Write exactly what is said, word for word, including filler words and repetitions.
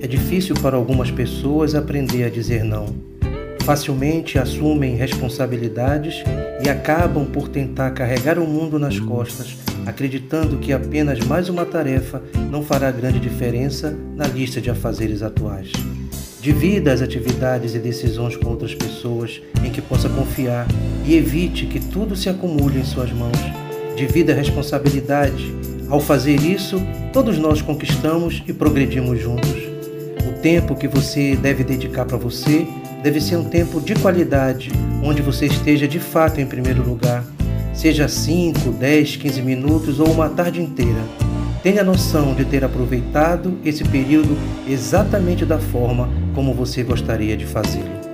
É difícil para algumas pessoas aprender a dizer não. Facilmente assumem responsabilidades e acabam por tentar carregar o mundo nas costas, acreditando que apenas mais uma tarefa não fará grande diferença na lista de afazeres atuais. Divida as atividades e decisões com outras pessoas em que possa confiar e evite que tudo se acumule em suas mãos. Divida a responsabilidade. Ao fazer isso, todos nós conquistamos e progredimos juntos. O tempo que você deve dedicar para você deve ser um tempo de qualidade, onde você esteja de fato em primeiro lugar. Seja cinco, dez, quinze minutos ou uma tarde inteira. Tenha noção de ter aproveitado esse período exatamente da forma como você gostaria de fazê-lo.